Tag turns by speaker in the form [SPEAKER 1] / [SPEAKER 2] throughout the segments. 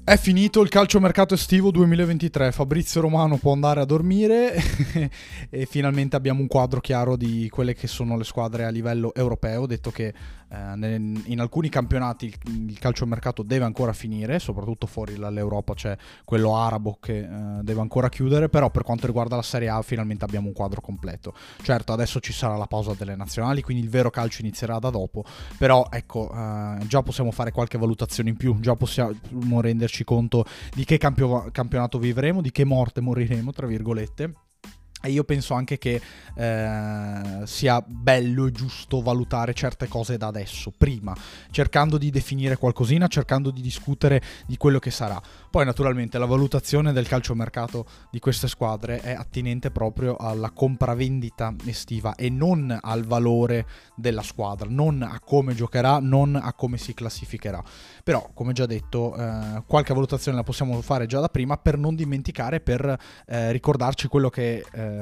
[SPEAKER 1] È finito il calciomercato estivo 2023, Fabrizio Romano può andare a dormire e finalmente abbiamo un quadro chiaro di quelle che sono le squadre a livello europeo, detto che in alcuni campionati il calciomercato deve ancora finire, soprattutto fuori dall'Europa c'è quello arabo che deve ancora chiudere, però per quanto riguarda la Serie A finalmente abbiamo un quadro completo. Certo, adesso ci sarà la pausa delle nazionali, quindi il vero calcio inizierà da dopo, però ecco, già possiamo fare qualche valutazione in più, già possiamo renderci conto di che campionato vivremo, di che morte moriremo, tra virgolette. E io penso anche che sia bello e giusto valutare certe cose da adesso, prima, cercando di definire qualcosina, cercando di discutere di quello che sarà. Poi naturalmente la valutazione del calciomercato di queste squadre è attinente proprio alla compravendita estiva e non al valore della squadra, non a come giocherà, non a come si classificherà. Però, come già detto, qualche valutazione la possiamo fare già da prima per non dimenticare, per ricordarci quello che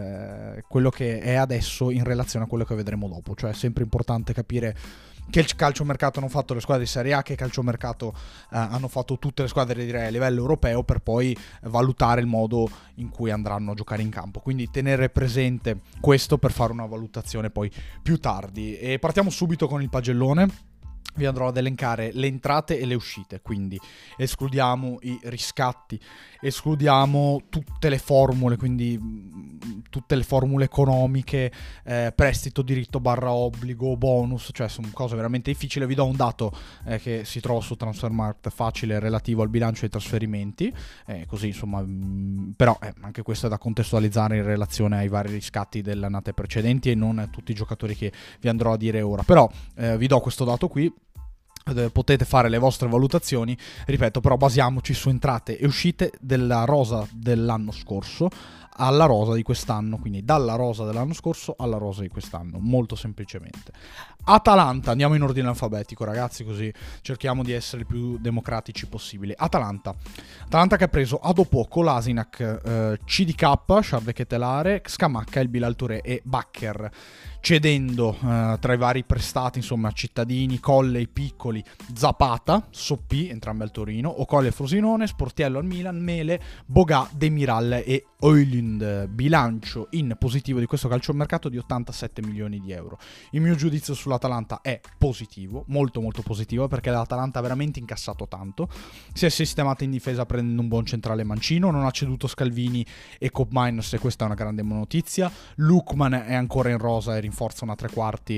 [SPEAKER 1] è adesso in relazione a quello che vedremo dopo. Cioè è sempre importante capire che il calciomercato hanno fatto le squadre di Serie A, che calciomercato hanno fatto tutte le squadre, direi, a livello europeo, per poi valutare il modo in cui andranno a giocare in campo. Quindi tenere presente questo per fare una valutazione poi più tardi. E partiamo subito con il pagellone. Vi andrò ad elencare le entrate e le uscite, quindi escludiamo i riscatti, escludiamo tutte le formule, quindi tutte le formule economiche, prestito, diritto barra obbligo, bonus, cioè sono cose veramente difficili. Vi do un dato che si trova su Transfermarkt facile relativo al bilancio dei trasferimenti, così insomma, però anche questo è da contestualizzare in relazione ai vari riscatti delle annate precedenti e non a tutti i giocatori che vi andrò a dire ora. Però vi do questo dato qui. Potete fare le vostre valutazioni, ripeto, però basiamoci su entrate e uscite della rosa dell'anno scorso alla rosa di quest'anno, quindi dalla rosa dell'anno scorso alla rosa di quest'anno, molto semplicemente. Atalanta, andiamo in ordine alfabetico ragazzi, così cerchiamo di essere il più democratici possibile. Atalanta che ha preso Adopò, Kolasinac, CDK, Charles-Ketelare, Scamacca, El Bilal Touré e Bakker, cedendo tra i vari prestati, insomma, Cittadini, Colle, Piccoli, Zapata, Soppi, entrambi al Torino, Ocolle Frosinone, Sportiello al Milan, Mele, Bogà, Demiral e Højlund. Bilancio in positivo di questo calciomercato di 87 milioni di euro. Il mio giudizio sull'Atalanta è positivo, molto molto positivo, perché l'Atalanta ha veramente incassato tanto, si è sistemata in difesa prendendo un buon centrale mancino, non ha ceduto Scalvini e Koopmeiners, e questa è una grande rinforza. Lukman è ancora in rosa e rinforza una tre quarti,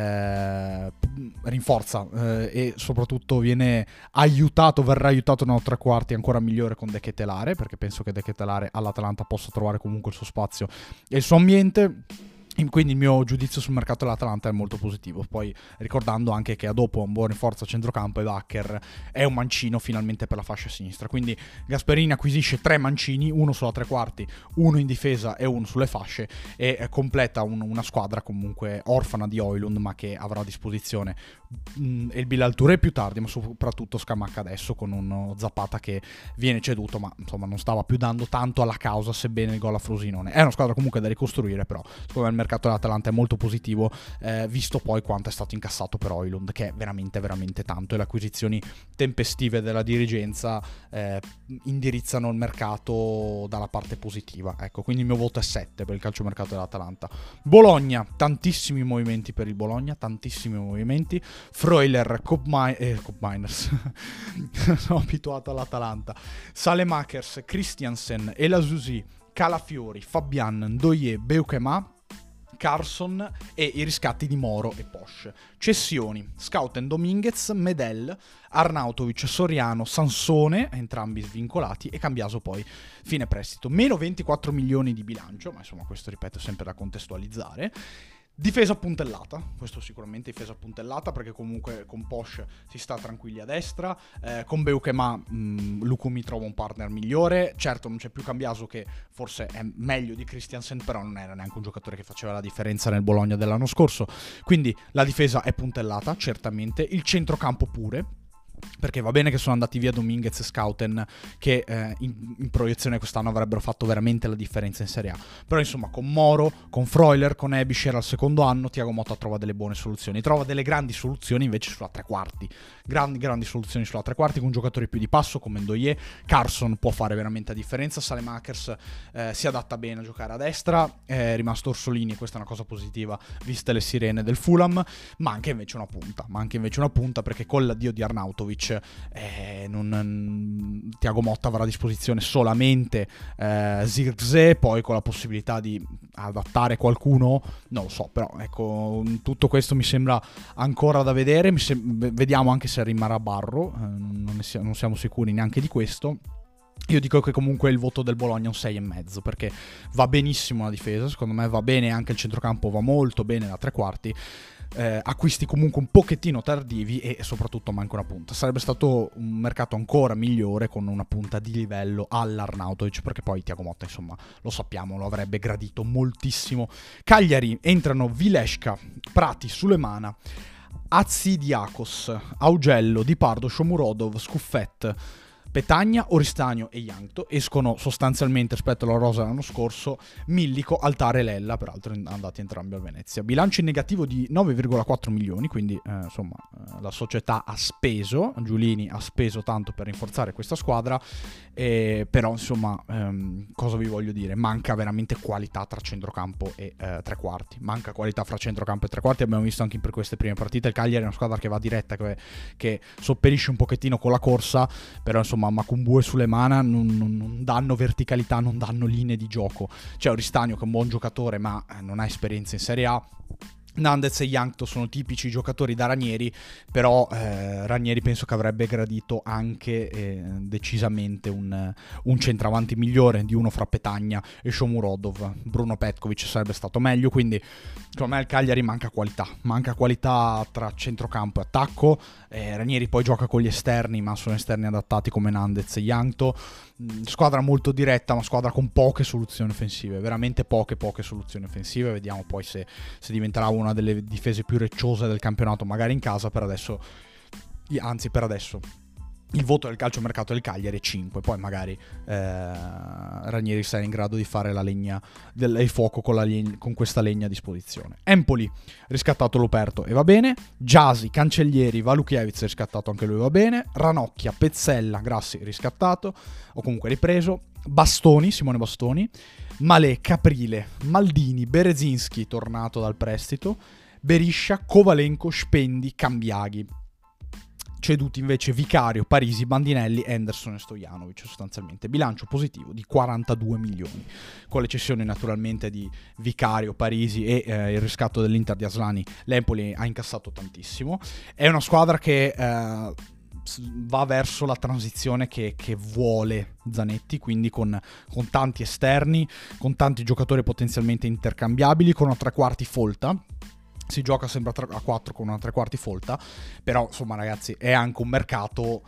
[SPEAKER 1] e soprattutto verrà aiutato da una tre quarti ancora migliore con De Ketelare, perché penso che De Ketelare all'Atalanta possa trovare comunque il suo spazio e il suo ambiente. Quindi il mio giudizio sul mercato dell'Atalanta è molto positivo. Poi ricordando anche che dopo un buon rinforzo a centrocampo e Bakker è un mancino finalmente per la fascia sinistra. Quindi Gasperini acquisisce 3 mancini, uno sulla tre quarti, uno in difesa e uno sulle fasce, e completa una squadra comunque orfana di Højlund, ma che avrà a disposizione il Bilal Touré più tardi, ma soprattutto Scamacca adesso, con uno Zapata che viene ceduto, ma insomma non stava più dando tanto alla causa, sebbene il gol a Frosinone. È una squadra comunque da ricostruire, però secondo me il mercato dell'Atalanta è molto positivo, visto poi quanto è stato incassato per Højlund, che è veramente veramente tanto, e le acquisizioni tempestive della dirigenza indirizzano il mercato dalla parte positiva. Ecco, quindi il mio voto è 7 per il calciomercato dell'Atalanta. Bologna, tantissimi movimenti per il Bologna, tantissimi movimenti. Freuler, Koopmeiners sono abituato all'Atalanta, Salemakers, Christiansen, Elasusi, Calafiori, Fabian, Ndoye, Beukema, Carson e i riscatti di Moro e Posch. Cessioni: Scouten, Dominguez, Medel, Arnautovic, Soriano, Sansone, entrambi svincolati, e Cambiaso poi fine prestito. Meno 24 milioni di bilancio, ma insomma questo, ripeto, è sempre da contestualizzare. Difesa puntellata, questo sicuramente difesa puntellata, perché comunque con Posch si sta tranquilli a destra, con Beukema Lukumi trova un partner migliore. Certo non c'è più Cambiaso, che forse è meglio di Christiansen, però non era neanche un giocatore che faceva la differenza nel Bologna dell'anno scorso, quindi la difesa è puntellata certamente, il centrocampo pure. perché va bene che sono andati via Dominguez e Schouten, che in proiezione quest'anno avrebbero fatto veramente la differenza in Serie A. Però insomma con Moro, con Freuler, con Ebischer al secondo anno, Thiago Motta trova delle buone soluzioni, trova delle grandi soluzioni invece sulla tre quarti, grandi soluzioni sulla tre quarti con giocatori più di passo come Ndoye. Carson può fare veramente la differenza, Salemakers si adatta bene a giocare a destra, è rimasto Orsolini e questa è una cosa positiva viste le sirene del Fulham. Manca invece una punta perché con l'addio di Arnautovic Thiago Motta avrà a disposizione solamente Zirkzee, poi con la possibilità di adattare qualcuno, non lo so, però ecco, tutto questo mi sembra ancora da vedere, vediamo anche se rimarrà Barro, non siamo sicuri neanche di questo. Io dico che comunque il voto del Bologna è un 6,5, perché va benissimo la difesa, secondo me va bene anche il centrocampo, va molto bene la tre quarti. Acquisti comunque un pochettino tardivi e soprattutto manca una punta. Sarebbe stato un mercato ancora migliore con una punta di livello all'Arnautovic, perché poi Thiago Motta, insomma, lo sappiamo, lo avrebbe gradito moltissimo. Cagliari, entrano Vilesca, Prati, Sulemana, Azidiakos, Augello, Di Pardo, Shomurodov, Scuffet, Petagna, Oristagno e Yankto. Escono sostanzialmente rispetto alla rosa dell'anno scorso Millico, Altare e Lella, peraltro andati entrambi al Venezia. Bilancio in negativo di 9,4 milioni, quindi insomma la società ha speso, Giulini ha speso tanto per rinforzare questa squadra, però insomma cosa vi voglio dire, manca veramente qualità tra centrocampo e tre quarti, manca qualità fra centrocampo e tre quarti. Abbiamo visto anche per queste prime partite il Cagliari è una squadra che va diretta, che sopperisce un pochettino con la corsa, però insomma Makumbu e Sulemana non danno verticalità, non danno linee di gioco. C'è Oristagno che è un buon giocatore ma non ha esperienza in Serie A. Nandez e Yankto sono tipici giocatori da Ranieri, però Ranieri penso che avrebbe gradito anche decisamente un centravanti migliore di uno fra Petagna e Shomurodov. Bruno Petkovic sarebbe stato meglio, quindi secondo me il Cagliari manca qualità tra centrocampo e attacco. Ranieri poi gioca con gli esterni, ma sono esterni adattati come Nandez e Yankto. Squadra molto diretta, ma squadra con poche soluzioni offensive, veramente poche soluzioni offensive. Vediamo poi se diventerà una delle difese più recciose del campionato, magari in casa. Per adesso il voto del calciomercato del Cagliari è 5, poi magari Ranieri sarà in grado di fare la legna il fuoco con questa legna a disposizione. Empoli, riscattato Loperto e va bene. Giasi, Cancellieri, Valukiewicz riscattato anche lui, va bene. Ranocchia, Pezzella, Grassi riscattato o comunque ripreso. Simone Bastoni, Malè, Caprile, Maldini, Berezinski tornato dal prestito, Beriscia, Kovalenko, Spendi, Cambiaghi. Ceduti invece Vicario, Parisi, Bandinelli, Henderson e Stojanovic sostanzialmente. Bilancio positivo di 42 milioni. Con le cessioni naturalmente di Vicario, Parisi e il riscatto dell'Inter di Aslani, l'Empoli ha incassato tantissimo. È una squadra che va verso la transizione che vuole Zanetti, quindi con tanti esterni, con tanti giocatori potenzialmente intercambiabili, con una tre quarti folta. Si gioca sempre a 4 con una tre quarti folta, però insomma ragazzi è anche un mercato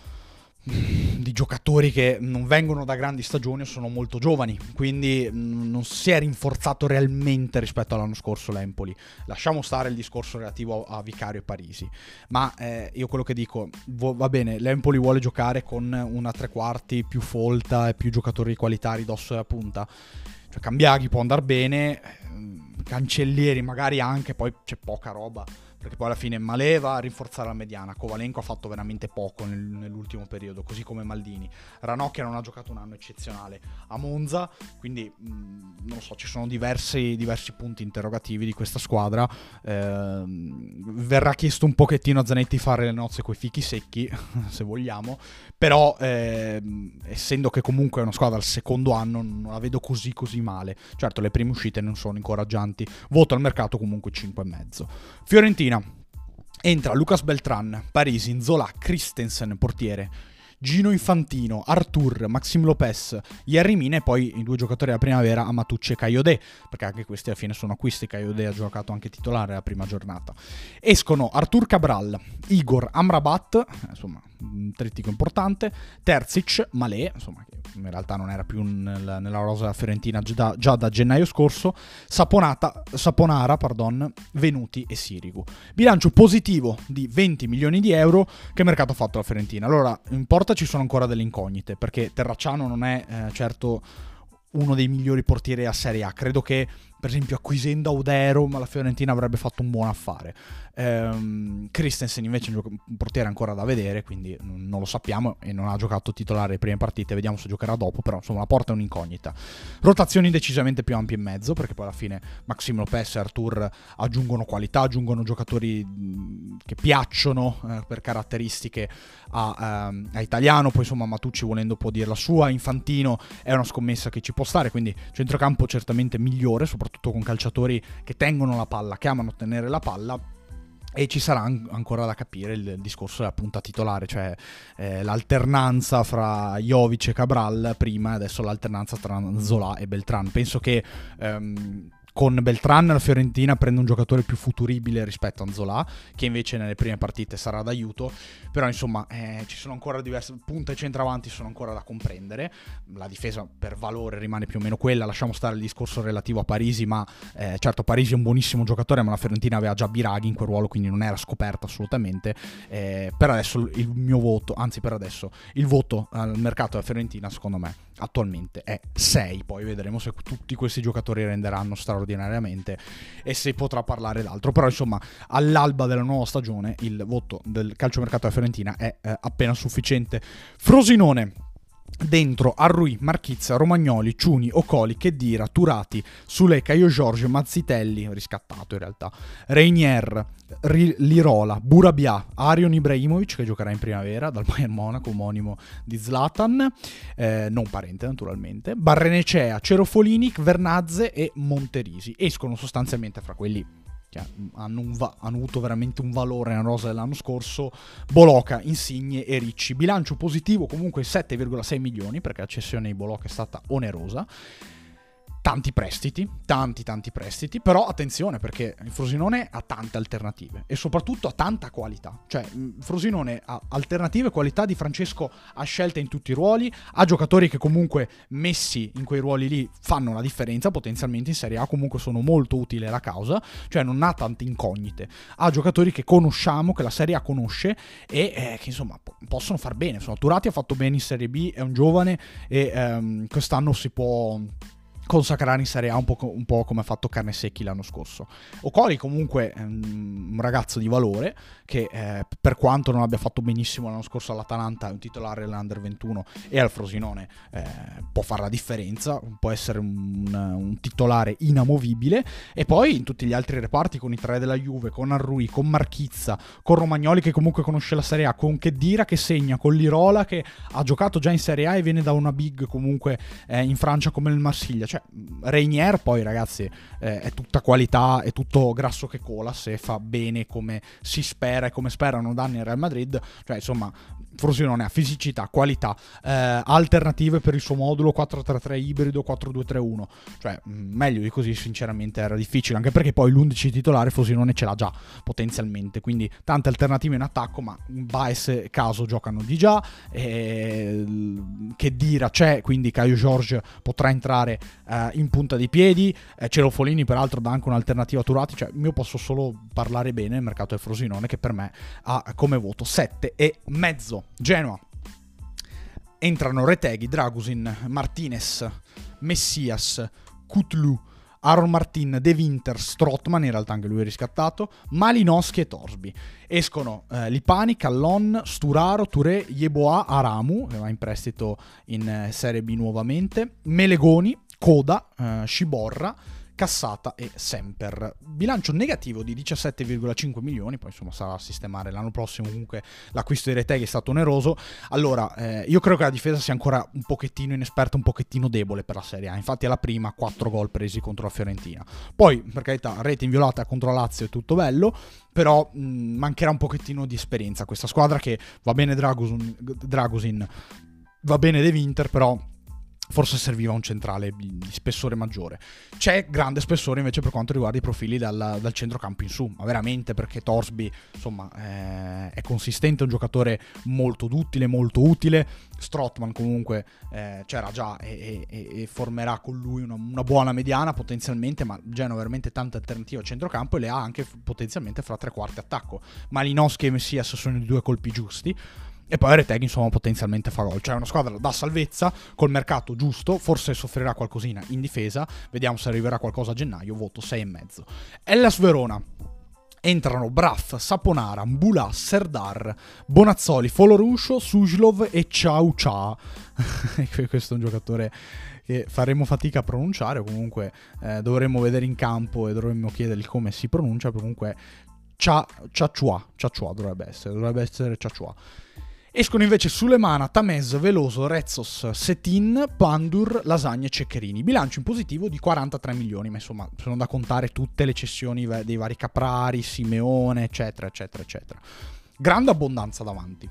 [SPEAKER 1] di giocatori che non vengono da grandi stagioni o sono molto giovani, quindi non si è rinforzato realmente rispetto all'anno scorso l'Empoli. Lasciamo stare il discorso relativo a Vicario e Parisi, ma io quello che dico, va bene, l'Empoli vuole giocare con una tre quarti più folta e più giocatori di qualità ridosso della punta, cioè Cambiaghi può andare bene, Cancellieri magari anche, poi c'è poca roba, perché poi alla fine Malè va a rinforzare la mediana, Kovalenko ha fatto veramente poco nell'ultimo periodo, così come Maldini. Ranocchia non ha giocato un anno eccezionale a Monza, quindi non lo so, ci sono diversi punti interrogativi di questa squadra. Verrà chiesto un pochettino a Zanetti fare le nozze coi fichi secchi se vogliamo, però essendo che comunque è una squadra al secondo anno non la vedo così male. Certo, le prime uscite non sono incoraggianti, voto al mercato comunque 5,5. Fiorentina, entra Lucas Beltran, Parisi, Nzola, Christensen, portiere, Gino Infantino, Artur, Maxim Lopez, Yerry Mina e poi i due giocatori della primavera, Amatucci e Kayode, perché anche questi alla fine sono acquisti. Kayode ha giocato anche titolare la prima giornata. Escono Artur Cabral, Igor Amrabat, insomma un trittico importante, Terzic, Malé, insomma, che in realtà non era più nella rosa Fiorentina già da gennaio scorso, Saponara, Venuti e Sirigu. Bilancio positivo di 20 milioni di euro. Che mercato ha fatto la Fiorentina? Allora, in porta ci sono ancora delle incognite, perché Terracciano non è certo uno dei migliori portieri a Serie A. Credo che, per esempio, acquisendo Audero, ma la Fiorentina avrebbe fatto un buon affare. Christensen invece è un portiere ancora da vedere, quindi non lo sappiamo, e non ha giocato titolare le prime partite, vediamo se giocherà dopo, però insomma la porta è un'incognita. Rotazioni decisamente più ampie in mezzo, perché poi alla fine Maxime Lopez e Artur aggiungono qualità, aggiungono giocatori che piacciono per caratteristiche a Italiano, poi insomma Matucci volendo può dire la sua, Infantino è una scommessa che ci può stare, quindi centrocampo certamente migliore, soprattutto con calciatori che tengono la palla, che amano tenere la palla. E ci sarà ancora da capire il discorso della punta titolare, cioè l'alternanza fra Jovic e Cabral prima, e adesso l'alternanza tra Zola e Beltran. Penso che con Beltran la Fiorentina prende un giocatore più futuribile rispetto a Zola, che invece nelle prime partite sarà d'aiuto, però insomma ci sono ancora diverse punte e centravanti, sono ancora da comprendere. La difesa per valore rimane più o meno quella, lasciamo stare il discorso relativo a Parisi, ma certo Parisi è un buonissimo giocatore, ma la Fiorentina aveva già Biraghi in quel ruolo, quindi non era scoperta assolutamente. Per adesso il mio voto, anzi per adesso il voto al mercato della Fiorentina secondo me attualmente è 6, poi vedremo se tutti questi giocatori renderanno straordinariamente e se potrà parlare d'altro, però insomma all'alba della nuova stagione il voto del calciomercato della Fiorentina è appena sufficiente. Frosinone: dentro Arrui, Marchizza, Romagnoli, Ciuni, Ocoli, Khedira, Turati, Sule, Caio Giorgio, Mazzitelli, riscattato in realtà, Reinier, Lirola, Burabia, Arion Ibrahimovic, che giocherà in primavera dal Bayern Monaco, omonimo di Zlatan, non parente naturalmente, Barrenecea, Cerofolini, Vernazze e Monterisi. Escono sostanzialmente fra quelli che hanno avuto veramente un valore nella rosa dell'anno scorso: Boloca, Insigne e Ricci. Bilancio positivo comunque 7,6 milioni, perché la cessione di Boloca è stata onerosa. Tanti prestiti, tanti prestiti, però attenzione, perché il Frosinone ha tante alternative e soprattutto ha tanta qualità. Cioè il Frosinone ha alternative, qualità di Francesco, ha scelte in tutti i ruoli, ha giocatori che comunque messi in quei ruoli lì fanno la differenza potenzialmente in Serie A, comunque sono molto utili alla causa, cioè non ha tante incognite, ha giocatori che conosciamo, che la Serie A conosce e che insomma possono far bene. Insomma, Turati ha fatto bene in Serie B, è un giovane e quest'anno si può consacrare in Serie A un po' come ha fatto Carnesecchi l'anno scorso. Ocoli comunque è un ragazzo di valore che per quanto non abbia fatto benissimo l'anno scorso all'Atalanta, è un titolare dell'Under 21 e al Frosinone può fare la differenza, può essere un titolare inamovibile. E poi in tutti gli altri reparti, con i tre della Juve, con Arrui, con Marchizza, con Romagnoli che comunque conosce la Serie A, con Khedira che segna, con Lirola che ha giocato già in Serie A e viene da una big comunque in Francia come il Marsiglia. Cioè Reinier poi ragazzi è tutta qualità, è tutto grasso che cola se fa bene come si spera e come sperano da anni il Real Madrid. Cioè insomma Frosinone ha fisicità, qualità, alternative per il suo modulo 4-3-3 ibrido, 4-2-3-1, cioè meglio di così sinceramente era difficile, anche perché poi l'11 titolare Frosinone ce l'ha già potenzialmente, quindi tante alternative in attacco, ma Baez e Caso giocano di già, Khedira c'è, quindi Caio Giorgio potrà entrare in punta di piedi, Cerofolini peraltro dà anche un'alternativa a Turati. Cioè io posso solo parlare bene del mercato del Frosinone, che per me ha come voto 7,5. Genoa: entrano Retegui, Dragusin, Martinez, Messias, Kutlu, Aaron Martin, De Winter, Strootman, in realtà anche lui è riscattato, Malinowski e Torsby. Escono Lipani, Callon, Sturaro, Touré, Yeboah, Aramu, che va in prestito in Serie B nuovamente, Melegoni, Coda, Sciborra, Cassata e Semper. Bilancio negativo di 17,5 milioni, poi insomma sarà a sistemare l'anno prossimo. Comunque l'acquisto di Retegui è stato oneroso. Allora io credo che la difesa sia ancora un pochettino inesperta, un pochettino debole per la Serie A. Infatti alla prima 4 gol presi contro la Fiorentina. Poi per carità, rete inviolata contro la Lazio è tutto bello, però mancherà un pochettino di esperienza a questa squadra, che va bene Dragusin, va bene De Winter, però forse serviva un centrale di spessore maggiore. C'è grande spessore invece per quanto riguarda i profili dal centrocampo in su, ma veramente, perché Torsby insomma è consistente, è un giocatore molto duttile, molto utile. Strootman comunque c'era già e formerà con lui una buona mediana potenzialmente, ma Genoa veramente tante alternative a centrocampo e le ha anche potenzialmente fra tre quarti attacco. Malinowski e Messias sono i due colpi giusti. E poi Retegui insomma potenzialmente fa gol. Cioè una squadra da salvezza, col mercato giusto. Forse soffrirà qualcosina in difesa. Vediamo se arriverà qualcosa a gennaio. Voto 6,5. Hellas Verona. Entrano Braff, Saponara, Mbula, Serdar, Bonazzoli, Foloruscio, Sujlov e Ciao Ciao. Questo è un giocatore che faremo fatica a pronunciare. Comunque dovremmo vedere in campo e dovremmo chiedergli come si pronuncia. Comunque Ciacciua dovrebbe essere Ciacciua. Escono invece Sulemana, Tamez, Veloso, Rezzos, Setin, Pandur, Lasagne e Ceccherini. Bilancio in positivo di 43 milioni, ma insomma sono da contare tutte le cessioni dei vari Caprari, Simeone, eccetera, eccetera, eccetera. Grande abbondanza davanti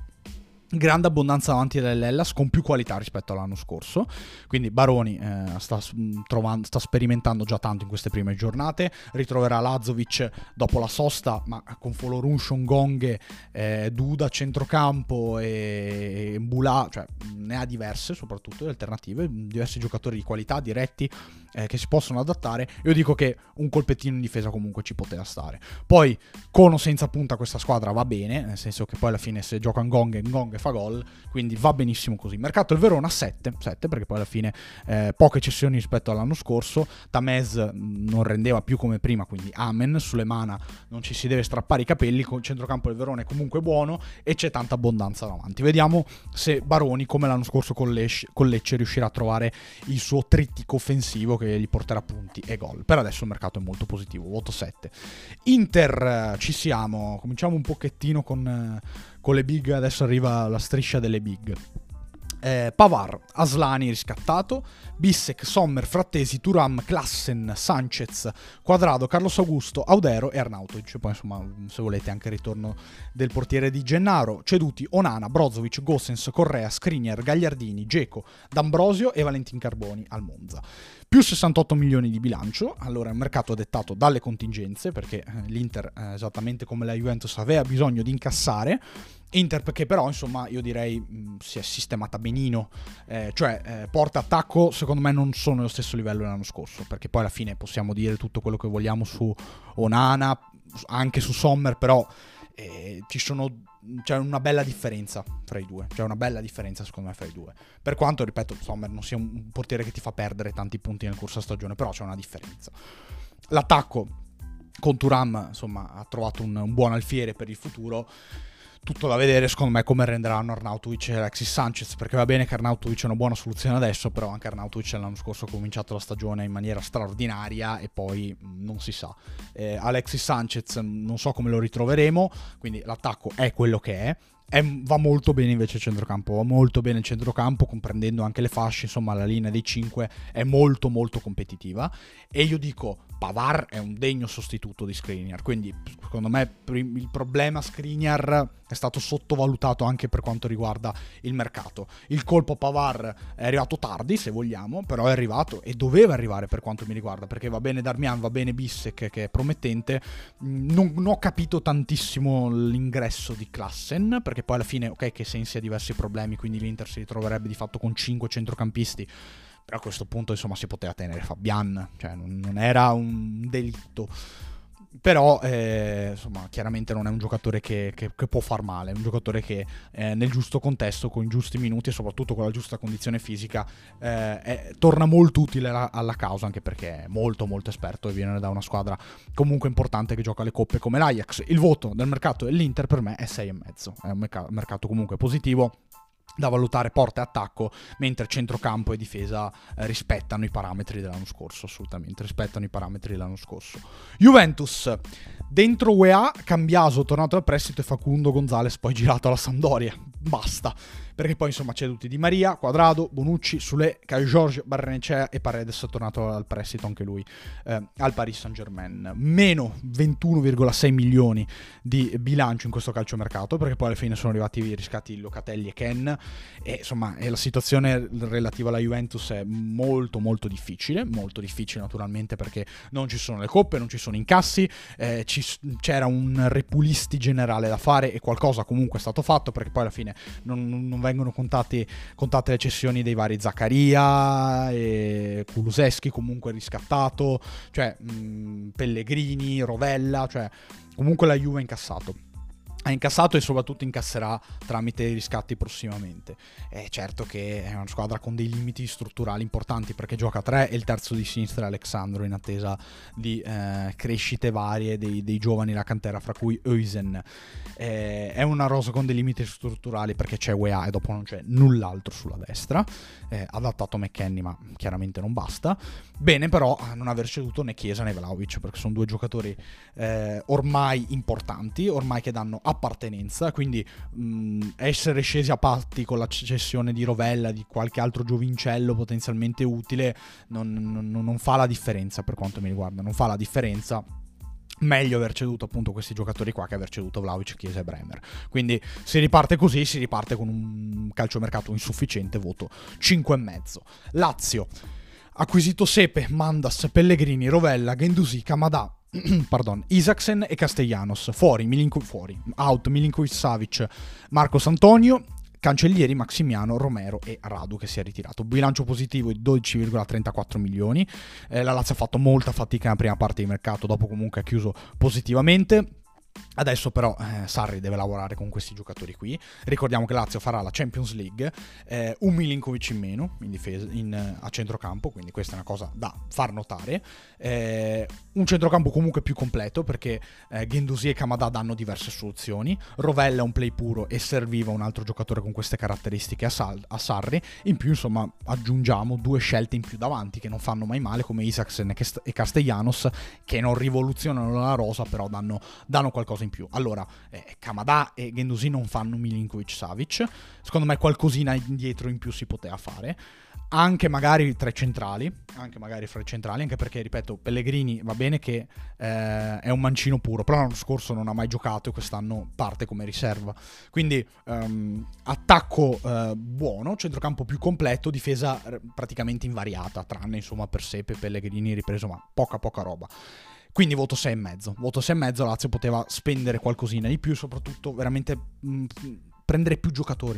[SPEAKER 1] dell'Hellas, con più qualità rispetto all'anno scorso. Quindi Baroni sta sperimentando già tanto in queste prime giornate. Ritroverà Lazovic dopo la sosta, ma con Foloruscio, Ngonghe, Duda centrocampo e Mbula, cioè ne ha diverse, soprattutto alternative, diversi giocatori di qualità diretti che si possono adattare. Io dico che un colpettino in difesa comunque ci poteva stare. Poi con o senza punta questa squadra va bene, nel senso che poi alla fine se gioca Ngonghe fa gol, quindi va benissimo così. Mercato del Verona 7 perché poi alla fine poche cessioni rispetto all'anno scorso. Tamez non rendeva più come prima, quindi amen. Sulemana non ci si deve strappare i capelli, il centrocampo del Verona è comunque buono e c'è tanta abbondanza davanti. Vediamo se Baroni, come l'anno scorso con Lecce, riuscirà a trovare il suo trittico offensivo che gli porterà punti e gol. Per adesso il mercato è molto positivo, voto 7. Inter, ci siamo, cominciamo un pochettino con le big. Adesso arriva la striscia delle big. Pavard, Aslani riscattato, Bissek, Sommer, Frattesi, Thuram, Klassen, Sanchez, Quadrado, Carlos Augusto, Audero e Arnautovic. Poi insomma, se volete anche il ritorno del portiere di Gennaro. Ceduti Onana, Brozovic, Gosens, Correa, Skriniar, Gagliardini, Dzeko, D'Ambrosio e Valentin Carboni al Monza. Più 68 milioni di bilancio. Allora, il mercato è dettato dalle contingenze, perché l'Inter, esattamente come la Juventus, aveva bisogno di incassare. Inter perché però, insomma, io direi si è sistemata benino, porta attacco secondo me non sono allo stesso livello dell'anno scorso, perché poi alla fine possiamo dire tutto quello che vogliamo su Onana, anche su Sommer, però c'è una bella differenza fra i due, secondo me fra i due, per quanto, ripeto, Sommer non sia un portiere che ti fa perdere tanti punti nel corso della stagione, però c'è una differenza. L'attacco con Thuram, insomma, ha trovato un buon alfiere per il futuro. Tutto da vedere secondo me come renderanno Arnautovic e Alexis Sanchez, perché va bene che Arnautovic è una buona soluzione adesso, però anche Arnautovic l'anno scorso ha cominciato la stagione in maniera straordinaria e poi non si sa. Alexis Sanchez non so come lo ritroveremo, quindi l'attacco è quello che è. Va molto bene invece il centrocampo, comprendendo anche le fasce, insomma la linea dei 5 è molto molto competitiva, e io dico Pavard è un degno sostituto di Skriniar, quindi secondo me il problema Skriniar è stato sottovalutato anche per quanto riguarda il mercato. Il colpo Pavard è arrivato tardi, se vogliamo, però è arrivato e doveva arrivare per quanto mi riguarda, perché va bene Darmian, va bene Bissek che è promettente. Non ho capito tantissimo l'ingresso di Klassen, perché poi alla fine, ok, che Sensi ha diversi problemi, quindi l'Inter si ritroverebbe di fatto con 5 centrocampisti, però a questo punto insomma si poteva tenere Fabian, cioè non era un delitto. Però insomma chiaramente non è un giocatore che può far male, è un giocatore che nel giusto contesto, con i giusti minuti e soprattutto con la giusta condizione fisica torna molto utile alla causa, anche perché è molto molto esperto e viene da una squadra comunque importante che gioca le coppe come l'Ajax. Il voto del mercato dell'Inter per me è 6,5, è un mercato comunque positivo da valutare porta e attacco, mentre centrocampo e difesa rispettano i parametri dell'anno scorso, assolutamente rispettano i parametri dell'anno scorso. Juventus, dentro UEA, Cambiaso tornato al prestito e Facundo Gonzalez poi girato alla Sampdoria, basta. perché poi insomma ceduti Di Maria, Quadrado, Bonucci, Soulé, Caio Jorge, Barrenechea e Paredes è tornato al prestito anche lui al Paris Saint-Germain. Meno 21,6 milioni di bilancio in questo calciomercato, perché poi alla fine sono arrivati i riscatti Locatelli e Ken, e insomma la situazione relativa alla Juventus è molto molto difficile naturalmente, perché non ci sono le coppe, non ci sono incassi, c'era un repulisti generale da fare e qualcosa comunque è stato fatto, perché poi alla fine non vengono contate le cessioni dei vari Zaccaria e Kulusevski comunque riscattato, cioè Pellegrini, Rovella, cioè comunque la Juve ha incassato e soprattutto incasserà tramite i riscatti prossimamente. È certo che è una squadra con dei limiti strutturali importanti, perché gioca a 3 e il terzo di sinistra è Alexandro, in attesa di crescite varie dei giovani la cantera, fra cui Oysen. È una rosa con dei limiti strutturali, perché c'è UEA e dopo non c'è null'altro sulla destra. Adattato McKennie, ma chiaramente non basta. Bene però a non aver ceduto né Chiesa né Vlahovic, perché sono due giocatori ormai importanti, ormai che danno appartenenza, quindi essere scesi a patti con la cessione di Rovella, di qualche altro giovincello potenzialmente utile, non fa la differenza per quanto mi riguarda, non fa la differenza. Meglio aver ceduto appunto questi giocatori qua che aver ceduto Vlahovic, Chiesa e Bremer. Quindi si riparte così, si riparte con un calciomercato insufficiente, voto 5,5. Lazio, acquisito Sepe, Mandas, Pellegrini, Rovella, Guendouzi, Kamada, Isaksen e Castellanos. Out Milinkovic-Savic, Marcos Antonio, cancellieri Maximiano, Romero e Radu, che si è ritirato. Bilancio positivo di 12,34 milioni. La Lazio ha fatto molta fatica nella prima parte di mercato, dopo comunque ha chiuso positivamente. Adesso però Sarri deve lavorare con questi giocatori qui. Ricordiamo che Lazio farà la Champions League, un Milinkovic in meno in difesa, a centrocampo, quindi questa è una cosa da far notare. Un centrocampo comunque più completo, perché Guendouzi e Kamada danno diverse soluzioni. Rovella è un play puro e serviva un altro giocatore con queste caratteristiche a Sarri. In più insomma aggiungiamo due scelte in più davanti che non fanno mai male, come Isaksen e Castellanos, che non rivoluzionano la rosa, però danno qualcosa in più. Allora, Kamada e Guendouzi non fanno Milinkovic-Savic. Secondo me qualcosina indietro in più si poteva fare. Anche magari tra i centrali, anche perché, ripeto, Pellegrini va bene che è un mancino puro, però l'anno scorso non ha mai giocato e quest'anno parte come riserva. Quindi attacco buono, centrocampo più completo, difesa praticamente invariata, tranne insomma per Sepe, Pellegrini ripreso, ma poca roba. Quindi voto 6,5. Lazio poteva spendere qualcosina di più, soprattutto veramente prendere più giocatori.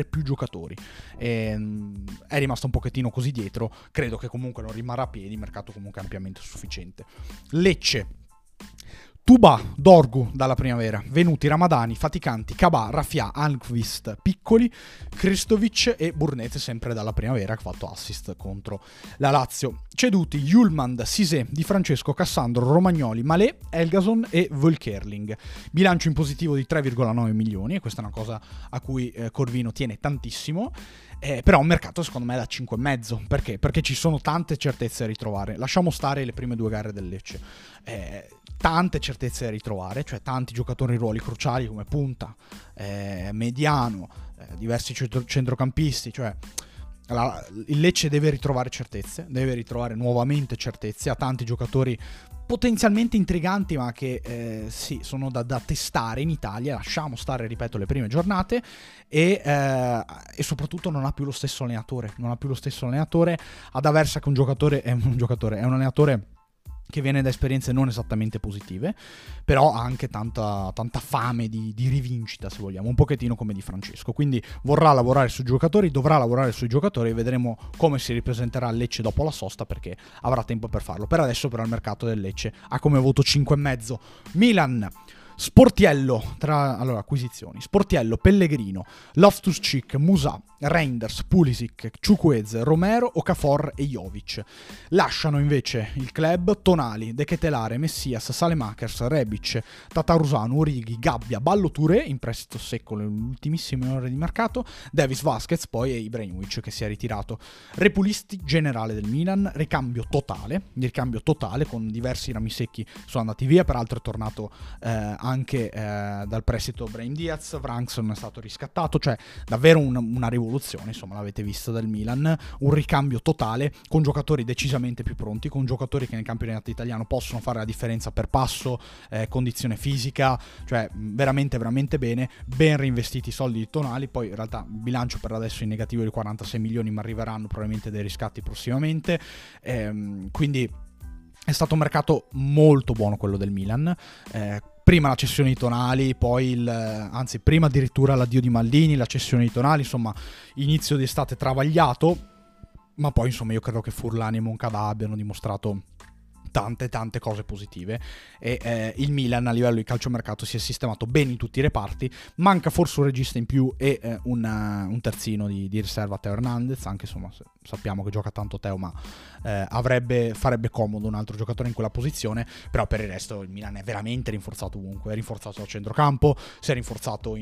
[SPEAKER 1] È rimasto un pochettino così dietro. Credo che comunque non rimarrà a piedi, mercato comunque ampiamente sufficiente. Lecce. Tuba, Dorgu dalla primavera, venuti Ramadani, Faticanti, Cabà, Rafia, Almqvist, Piccoli, Kristovic e Burnete sempre dalla primavera, che ha fatto assist contro la Lazio. Ceduti Julmand, Sisé, Di Francesco, Cassandro, Romagnoli, Malé, Elgason e Volkerling. Bilancio in positivo di 3,9 milioni, e questa è una cosa a cui Corvino tiene tantissimo. Però un mercato secondo me da 5,5. Perché? Perché ci sono tante certezze da ritrovare. Lasciamo stare le prime due gare del Lecce. Tante certezze da ritrovare, cioè tanti giocatori in ruoli cruciali come punta, mediano, diversi centrocampisti, cioè il Lecce deve ritrovare certezze, deve ritrovare nuovamente certezze, ha tanti giocatori potenzialmente intriganti, ma che sì, sono da testare in Italia. Lasciamo stare, ripeto, le prime giornate, e soprattutto non ha più lo stesso allenatore. Ad Aversa, che è un allenatore che viene da esperienze non esattamente positive, però ha anche tanta fame di rivincita, se vogliamo, un pochettino come Di Francesco. Quindi dovrà lavorare sui giocatori, e vedremo come si ripresenterà il Lecce dopo la sosta, perché avrà tempo per farlo. Per adesso però il mercato del Lecce ha come voto 5,5. Milan. Sportiello, acquisizioni: Sportiello, Pellegrino, Loftus-Cheek, Musà, Reinders, Pulisic, Chukwueze, Romero, Okafor e Jovic. Lasciano invece il club Tonali, De Ketelaere, Messias, Salemakers, Rebic, Tatarusanu, Orighi, Gabbia, Ballo Touré in prestito secco nelle ultimissime ore di mercato, Davis Vasquez poi e Ibrahimovic, che si è ritirato. Repulisti generale del Milan, ricambio totale con diversi rami secchi sono andati via, peraltro è tornato anche dal prestito Brahim Diaz, Vranks non è stato riscattato, cioè davvero una rivoluzione, insomma, l'avete visto del Milan, un ricambio totale con giocatori decisamente più pronti, con giocatori che nel campionato italiano possono fare la differenza per passo, condizione fisica, cioè veramente veramente bene, ben reinvestiti i soldi di Tonali. Poi in realtà il bilancio per adesso è in negativo di 46 milioni, ma arriveranno probabilmente dei riscatti prossimamente, quindi è stato un mercato molto buono quello del Milan. Prima la cessione di Tonali, poi anzi prima addirittura l'addio di Maldini, la cessione di Tonali, insomma inizio di estate travagliato, ma poi insomma io credo che Furlan e Moncada abbiano dimostrato tante cose positive, e il Milan a livello di calciomercato si è sistemato bene in tutti i reparti. Manca forse un regista in più e un terzino di riserva, Teo Hernandez, anche insomma sappiamo che gioca tanto Teo, ma farebbe comodo un altro giocatore in quella posizione. Però per il resto il Milan è veramente rinforzato ovunque, è rinforzato al centrocampo, si è rinforzato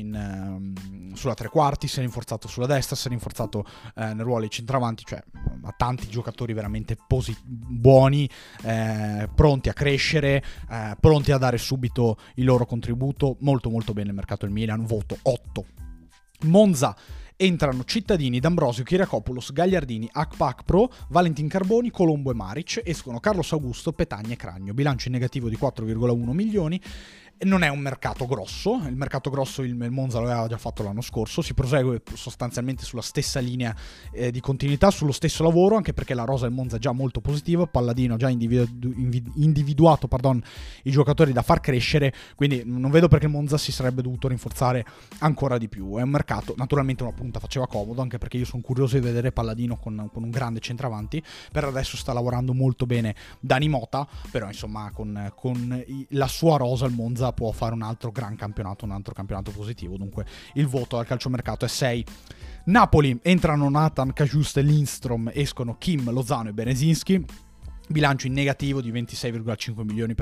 [SPEAKER 1] sulla tre quarti, si è rinforzato sulla destra, si è rinforzato nel ruolo di centravanti, cioè ha tanti giocatori veramente buoni, pronti a crescere, pronti a dare subito il loro contributo. Molto bene il mercato del Milan, voto 8. Monza. Entrano Cittadini, D'Ambrosio, Kyriakopoulos, Gagliardini, Akpakpro, Valentin Carboni, Colombo e Maric. Escono Carlos Augusto, Petagna e Cragno. Bilancio in negativo di 4,1 milioni. Non è un mercato grosso, il mercato grosso il Monza lo aveva già fatto l'anno scorso, si prosegue sostanzialmente sulla stessa linea di continuità, sullo stesso lavoro, anche perché la rosa del Monza è già molto positiva, Palladino ha già individuato i giocatori da far crescere, quindi non vedo perché il Monza si sarebbe dovuto rinforzare ancora di più. È un mercato, naturalmente una punta faceva comodo, anche perché io sono curioso di vedere Palladino con un grande centravanti. Per adesso sta lavorando molto bene Dani Mota, però insomma con la sua rosa il Monza può fare un altro gran campionato, un altro campionato positivo. Dunque il voto al calciomercato è 6. Napoli, entrano Nathan, Cajuste e Lindstrom, escono Kim, Lozano e Berezinski. Bilancio in negativo di 26,5 milioni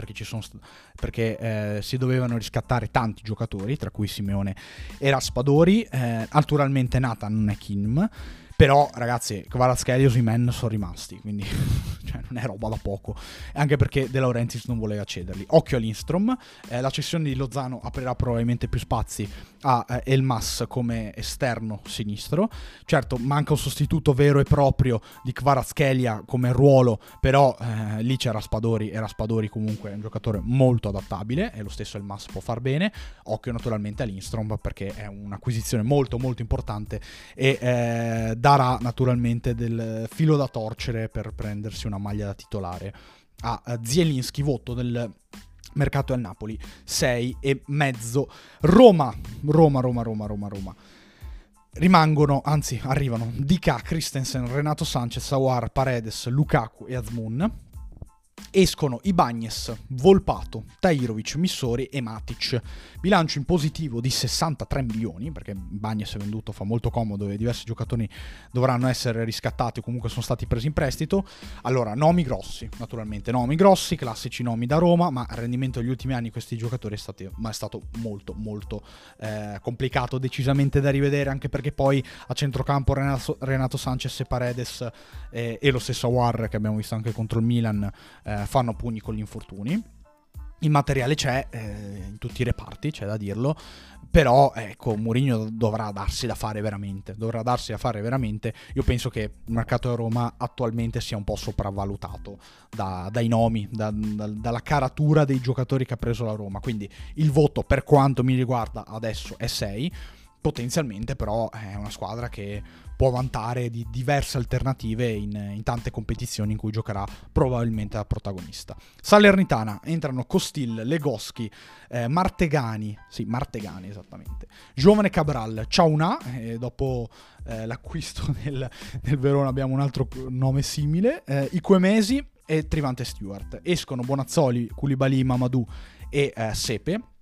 [SPEAKER 1] perché si dovevano riscattare tanti giocatori, tra cui Simeone e Raspadori. Naturalmente Nathan non è Kim, però ragazzi, Kvaratskhelia e Osimhen sono rimasti, quindi cioè, non è roba da poco, anche perché De Laurentiis non voleva cederli. Occhio a Lindstrom, la cessione di Lozano aprirà probabilmente più spazi a Elmas come esterno sinistro. Certo, manca un sostituto vero e proprio di Kvaratskhelia come ruolo, però lì c'è Raspadori, e Raspadori comunque è un giocatore molto adattabile, e lo stesso Elmas può far bene. Occhio naturalmente a Lindstrom, perché è un'acquisizione molto importante e darà naturalmente del filo da torcere per prendersi una maglia da titolare. A Zielinski, voto del mercato al Napoli 6,5. Roma. Arrivano Dika, Christensen, Renato Sanchez, Aouar, Paredes, Lukaku e Azmoun. Escono Ibañez, Volpato, Tahirovic, Missori e Matic. Bilancio in positivo di 63 milioni, perché Ibañez è venduto, fa molto comodo e diversi giocatori dovranno essere riscattati o comunque sono stati presi in prestito. Allora, nomi grossi, classici nomi da Roma, ma il rendimento degli ultimi anni di questi giocatori è stato molto complicato, decisamente da rivedere, anche perché poi a centrocampo Renato Sanchez e Paredes e lo stesso Aouar, che abbiamo visto anche contro il Milan, fanno pugni con gli infortuni. Il materiale c'è in tutti i reparti, c'è da dirlo, però ecco, Mourinho dovrà darsi da fare veramente. Io penso che il mercato di Roma attualmente sia un po' sopravvalutato dai nomi, dalla caratura dei giocatori che ha preso la Roma. Quindi il voto, per quanto mi riguarda adesso, è 6. Potenzialmente però è una squadra che può vantare di diverse alternative in tante competizioni in cui giocherà probabilmente da protagonista. Salernitana, entrano Costil, Legoschi, Martegani esattamente, Giovane Cabral, Ciauna, dopo l'acquisto del Verona abbiamo un altro nome simile, Iquemesi e Trivante Stewart. Escono Bonazzoli, Koulibaly, Mamadou e Sepe.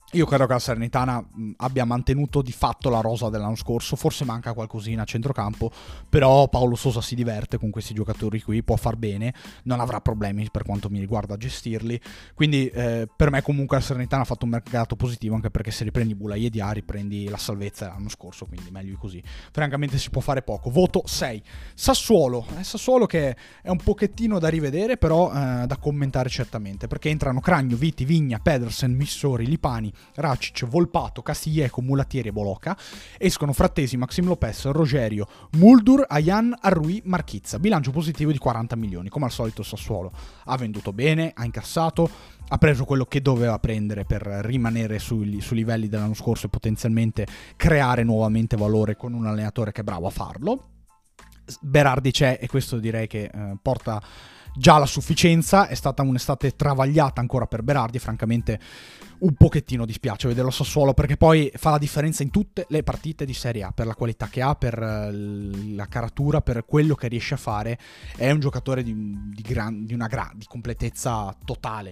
[SPEAKER 1] Io credo che la Salernitana abbia mantenuto di fatto la rosa dell'anno scorso, forse manca qualcosina a centrocampo, però Paolo Sosa si diverte con questi giocatori qui, può far bene, non avrà problemi per quanto mi riguarda a gestirli, quindi per me comunque la Salernitana ha fatto un mercato positivo, anche perché se riprendi Boulaye e Diari riprendi la salvezza dell'anno scorso, quindi meglio di così. Francamente si può fare poco. Voto 6. Sassuolo che è un pochettino da rivedere, però da commentare certamente, perché entrano Cragno, Viti, Vigna, Pedersen, Missori, Lipani, Racic, Volpato, Castiglieco, Mulattieri e Boloca. Escono Frattesi, Maxim Lopez, Rogerio, Muldur, Ayan, Arrui, Marchizza. Bilancio positivo di 40 milioni. Come al solito Sassuolo ha venduto bene, ha incassato, ha preso quello che doveva prendere per rimanere sui livelli dell'anno scorso e potenzialmente creare nuovamente valore con un allenatore che è bravo a farlo. Berardi c'è, e questo direi che porta già la sufficienza. È stata un'estate travagliata ancora per Berardi, francamente un pochettino dispiace vederlo a Sassuolo, perché poi fa la differenza in tutte le partite di Serie A, per la qualità che ha, per la caratura, per quello che riesce a fare. È un giocatore di completezza totale,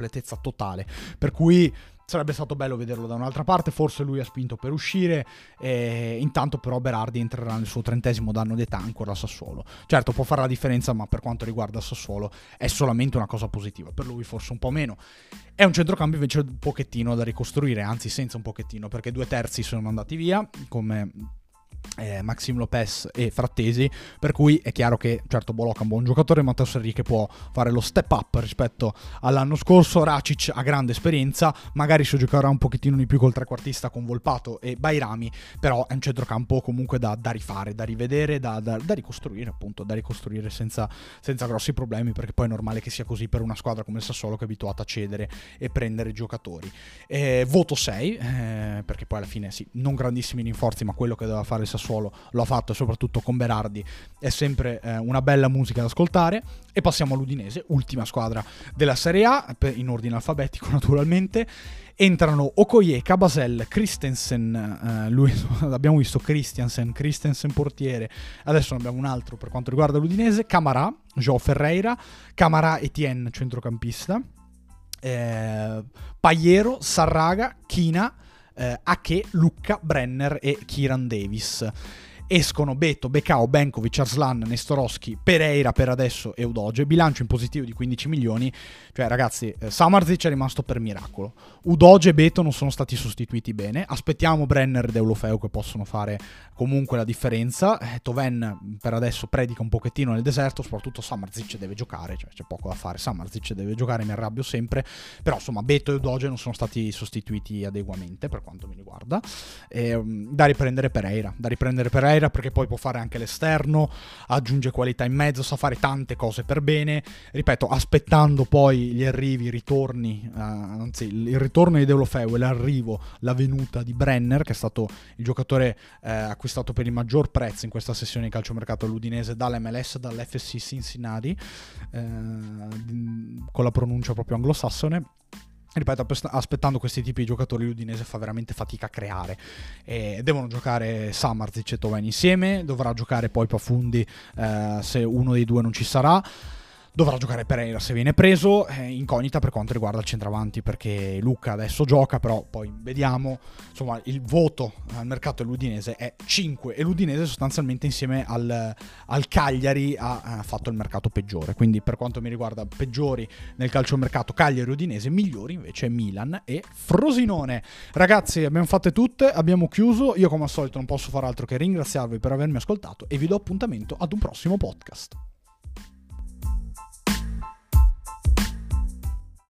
[SPEAKER 1] per cui sarebbe stato bello vederlo da un'altra parte. Forse lui ha spinto per uscire, intanto però Berardi entrerà nel suo 30° anno d'età ancora a Sassuolo. Certo, può fare la differenza, ma per quanto riguarda Sassuolo è solamente una cosa positiva, per lui forse un po' meno. È un centrocampo invece un pochettino da ricostruire, anzi senza un pochettino, perché 2/3 sono andati via, come Maxim Lopez e Frattesi, per cui è chiaro che certo Boloca è un buon giocatore, Matteo Serri che può fare lo step up rispetto all'anno scorso, Racic ha grande esperienza, magari si giocherà un pochettino di più col trequartista con Volpato e Bairami, però è un centrocampo comunque da rifare, da rivedere, da ricostruire, appunto, da ricostruire senza grossi problemi, perché poi è normale che sia così per una squadra come il Sassuolo, che è abituata a cedere e prendere giocatori. Voto 6, perché poi alla fine sì, non grandissimi rinforzi, ma quello che doveva fare il Sassuolo lo ha fatto, e soprattutto con Berardi è sempre una bella musica da ascoltare. E passiamo all'Udinese, ultima squadra della Serie A, in ordine alfabetico naturalmente. Entrano Okoye, Cabasel, Christensen, abbiamo visto Christensen portiere, adesso ne abbiamo un altro per quanto riguarda l'Udinese, Camarà, João Ferreira, Camarà Etienne centrocampista, Paiero, Sarraga, China, Ake, Lucca, Brenner e Kieran Davis. Escono Beto, Becao, Benkovic, Arslan, Nestorowski, Pereira per adesso e Udoge. Bilancio in positivo di 15 milioni. Cioè ragazzi, Samardzic è rimasto per miracolo. Udoge e Beto non sono stati sostituiti bene. Aspettiamo Brenner ed Eulofeu che possono fare comunque la differenza. Toven per adesso predica un pochettino nel deserto. Soprattutto Samardzic deve giocare, cioè c'è poco da fare. Samardzic deve giocare, mi arrabbio sempre. Però insomma Beto e Udoge non sono stati sostituiti adeguamente per quanto mi riguarda. Da riprendere Pereira, perché poi può fare anche l'esterno, aggiunge qualità in mezzo, sa fare tante cose per bene, ripeto, aspettando poi gli arrivi, i ritorni, anzi il ritorno di Deulofeu e l'arrivo, la venuta di Brenner, che è stato il giocatore acquistato per il maggior prezzo in questa sessione di calciomercato all'Udinese dall'MLS, dall'FC Cincinnati, con la pronuncia proprio anglosassone. Ripeto, aspettando questi tipi di giocatori l'Udinese fa veramente fatica a creare. Devono giocare Samardzic e Toven insieme, dovrà giocare poi Pafundi se uno dei due non ci sarà, dovrà giocare Pereira se viene preso, incognita per quanto riguarda il centravanti, perché Lucca adesso gioca, però poi vediamo. Insomma, il voto al mercato dell'Udinese è 5 e l'Udinese sostanzialmente insieme al Cagliari ha fatto il mercato peggiore, quindi per quanto mi riguarda peggiori nel calciomercato Cagliari e Udinese, migliori invece Milan e Frosinone. Ragazzi, abbiamo fatte tutte, abbiamo chiuso. Io come al solito non posso fare altro che ringraziarvi per avermi ascoltato e vi do appuntamento ad un prossimo podcast.